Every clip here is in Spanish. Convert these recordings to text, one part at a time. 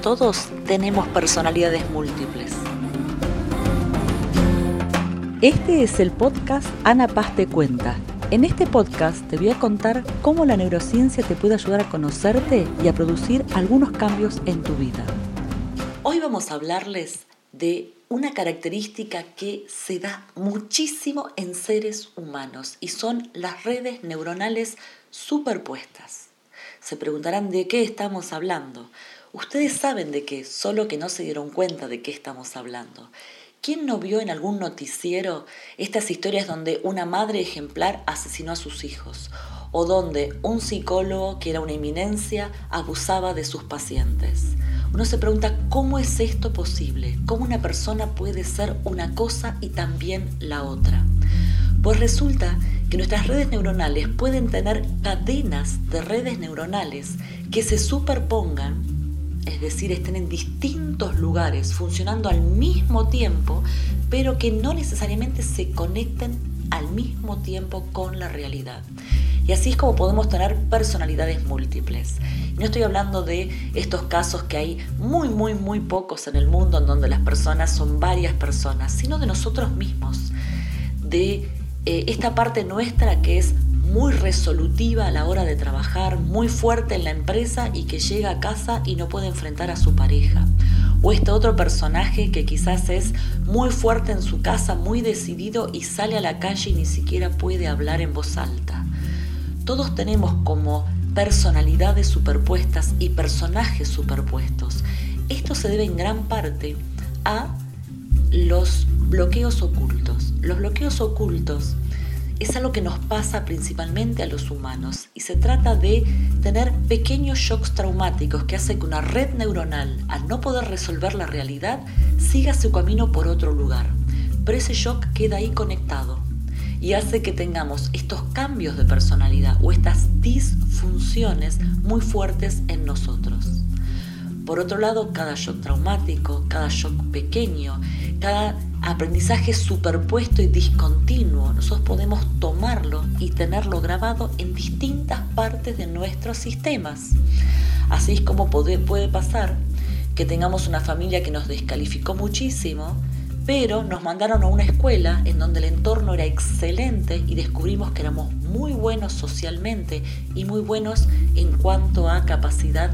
todos tenemos personalidades múltiples. Este es el podcast Ana Paz te cuenta. En este podcast te voy a contar cómo la neurociencia te puede ayudar a conocerte y a producir algunos cambios en tu vida. Hoy vamos a hablarles de una característica que se da muchísimo en seres humanos y son las redes neuronales superpuestas. Se preguntarán de qué estamos hablando. Ustedes saben de qué, solo que no se dieron cuenta de qué estamos hablando. ¿Quién no vio en algún noticiero estas historias donde una madre ejemplar asesinó a sus hijos? O donde un psicólogo, que era una eminencia, abusaba de sus pacientes. Uno se pregunta, ¿cómo es esto posible? ¿Cómo una persona puede ser una cosa y también la otra? Pues resulta que nuestras redes neuronales pueden tener cadenas de redes neuronales que se superpongan, es decir, estén en distintos lugares funcionando al mismo tiempo, pero que no necesariamente se conecten al mismo tiempo con la realidad. Y así es como podemos tener personalidades múltiples. Y no estoy hablando de estos casos que hay muy pocos en el mundo en donde las personas son varias personas, sino de nosotros mismos, de esta parte nuestra que es muy resolutiva a la hora de trabajar, muy fuerte en la empresa y que llega a casa y no puede enfrentar a su pareja. O este otro personaje que quizás es muy fuerte en su casa, muy decidido y sale a la calle y ni siquiera puede hablar en voz alta. Todos tenemos como personalidades superpuestas y personajes superpuestos. Esto se debe en gran parte a los bloqueos ocultos. Los bloqueos ocultos es algo que nos pasa principalmente a los humanos y se trata de tener pequeños shocks traumáticos que hacen que una red neuronal, al no poder resolver la realidad, siga su camino por otro lugar. Pero ese shock queda ahí conectado y hace que tengamos estos cambios de personalidad o estas disfunciones muy fuertes en nosotros. Por otro lado, cada shock traumático, cada shock pequeño, cada aprendizaje superpuesto y discontinuo, nosotros podemos tomarlo y tenerlo grabado en distintas partes de nuestros sistemas. Así es como puede pasar que tengamos una familia que nos descalificó muchísimo, pero nos mandaron a una escuela en donde el entorno era excelente y descubrimos que éramos muy buenos socialmente y muy buenos en cuanto a capacidad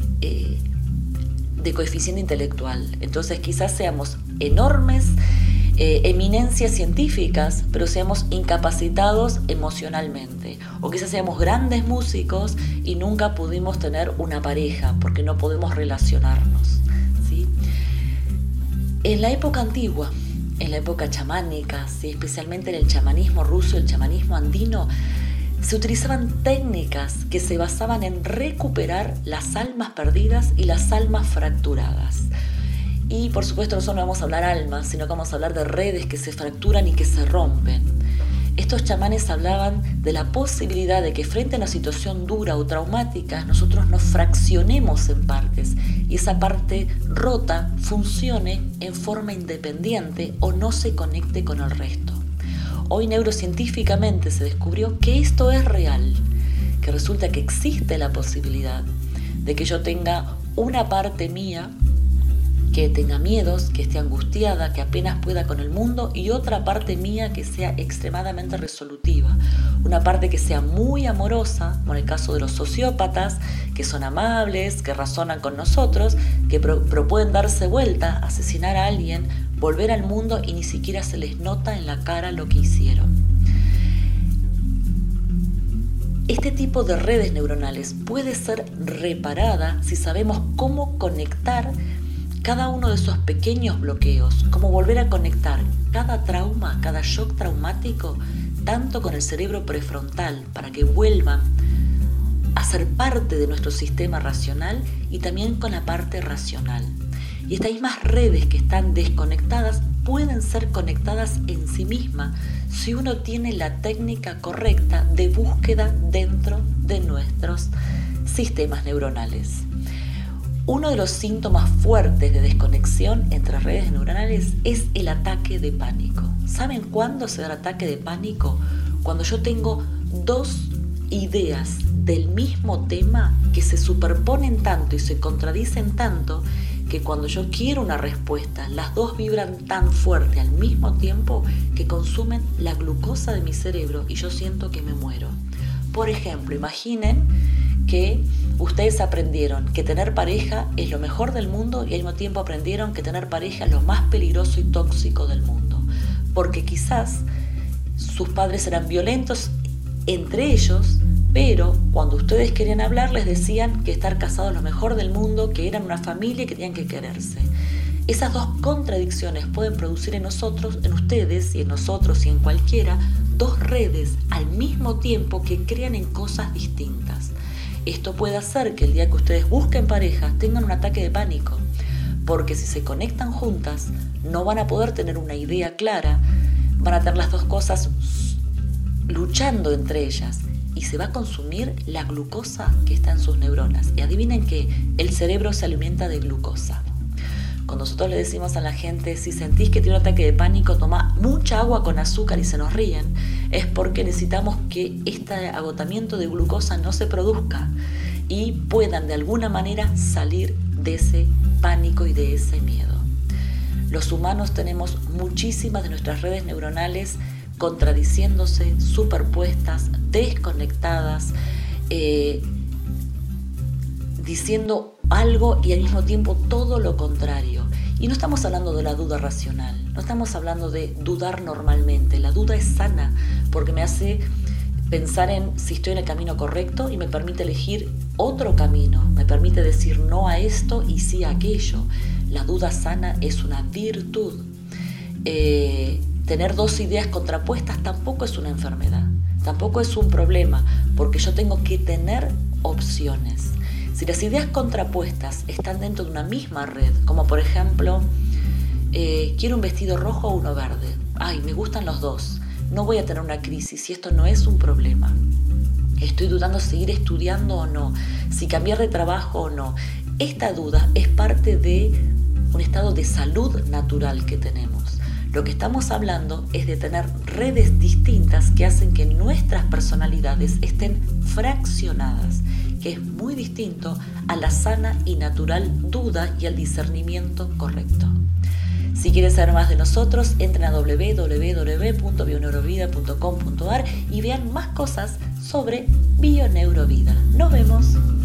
de coeficiente intelectual. Entonces quizás seamos enormes eminencias científicas, pero seamos incapacitados emocionalmente. O quizás seamos grandes músicos y nunca pudimos tener una pareja porque no podemos relacionarnos, ¿sí? En la época antigua, en la época chamánica, ¿sí? Especialmente en el chamanismo ruso, el chamanismo andino, se utilizaban técnicas que se basaban en recuperar las almas perdidas y las almas fracturadas. Y por supuesto nosotros no vamos a hablar almas, sino que vamos a hablar de redes que se fracturan y que se rompen. Estos chamanes hablaban de la posibilidad de que frente a una situación dura o traumática nosotros nos fraccionemos en partes y esa parte rota funcione en forma independiente o no se conecte con el resto. Hoy neurocientíficamente se descubrió que esto es real, que resulta que existe la posibilidad de que yo tenga una parte mía que tenga miedos, que esté angustiada, que apenas pueda con el mundo y otra parte mía que sea extremadamente resolutiva. Una parte que sea muy amorosa, como en el caso de los sociópatas, que son amables, que razonan con nosotros, que pueden darse vuelta, asesinar a alguien, volver al mundo y ni siquiera se les nota en la cara lo que hicieron. Este tipo de redes neuronales puede ser reparada si sabemos cómo conectar cada uno de esos pequeños bloqueos, cómo volver a conectar cada trauma, cada shock traumático, tanto con el cerebro prefrontal para que vuelvan a ser parte de nuestro sistema racional y también con la parte racional. Y estas mismas redes que están desconectadas pueden ser conectadas en sí mismas si uno tiene la técnica correcta de búsqueda dentro de nuestros sistemas neuronales. Uno de los síntomas fuertes de desconexión entre redes neuronales es el ataque de pánico. ¿Saben cuándo se da el ataque de pánico? Cuando yo tengo dos ideas del mismo tema que se superponen tanto y se contradicen tanto que cuando yo quiero una respuesta, las dos vibran tan fuerte al mismo tiempo que consumen la glucosa de mi cerebro y yo siento que me muero. Por ejemplo, imaginen que ustedes aprendieron que tener pareja es lo mejor del mundo y al mismo tiempo aprendieron que tener pareja es lo más peligroso y tóxico del mundo. Porque quizás sus padres eran violentos entre ellos, pero cuando ustedes querían hablar les decían que estar casados es lo mejor del mundo, que eran una familia y que tenían que quererse. Esas dos contradicciones pueden producir en nosotros, en ustedes y en nosotros y en cualquiera, dos redes al mismo tiempo que crean en cosas distintas. Esto puede hacer que el día que ustedes busquen pareja tengan un ataque de pánico, porque si se conectan juntas no van a poder tener una idea clara, van a tener las dos cosas luchando entre ellas y se va a consumir la glucosa que está en sus neuronas. Y adivinen que el cerebro se alimenta de glucosa. Cuando nosotros le decimos a la gente, si sentís que tiene un ataque de pánico, toma mucha agua con azúcar y se nos ríen, es porque necesitamos que este agotamiento de glucosa no se produzca y puedan de alguna manera salir de ese pánico y de ese miedo. Los humanos tenemos muchísimas de nuestras redes neuronales contradiciéndose, superpuestas, desconectadas, diciendo algo y al mismo tiempo todo lo contrario. Y no estamos hablando de la duda racional, no estamos hablando de dudar normalmente. La duda es sana porque me hace pensar en si estoy en el camino correcto y me permite elegir otro camino, me permite decir no a esto y sí a aquello. La duda sana es una virtud. Tener dos ideas contrapuestas tampoco es una enfermedad, tampoco es un problema, porque yo tengo que tener opciones. Si las ideas contrapuestas están dentro de una misma red, como por ejemplo, quiero un vestido rojo o uno verde, ay, me gustan los dos, no voy a tener una crisis y esto no es un problema. Estoy dudando si seguir estudiando o no, si cambiar de trabajo o no. Esta duda es parte de un estado de salud natural que tenemos. Lo que estamos hablando es de tener redes distintas que hacen que nuestras personalidades estén fraccionadas, que es muy distinto a la sana y natural duda y al discernimiento correcto. Si quieres saber más de nosotros, entren a www.bioneurovida.com.ar y vean más cosas sobre Bioneurovida. Nos vemos.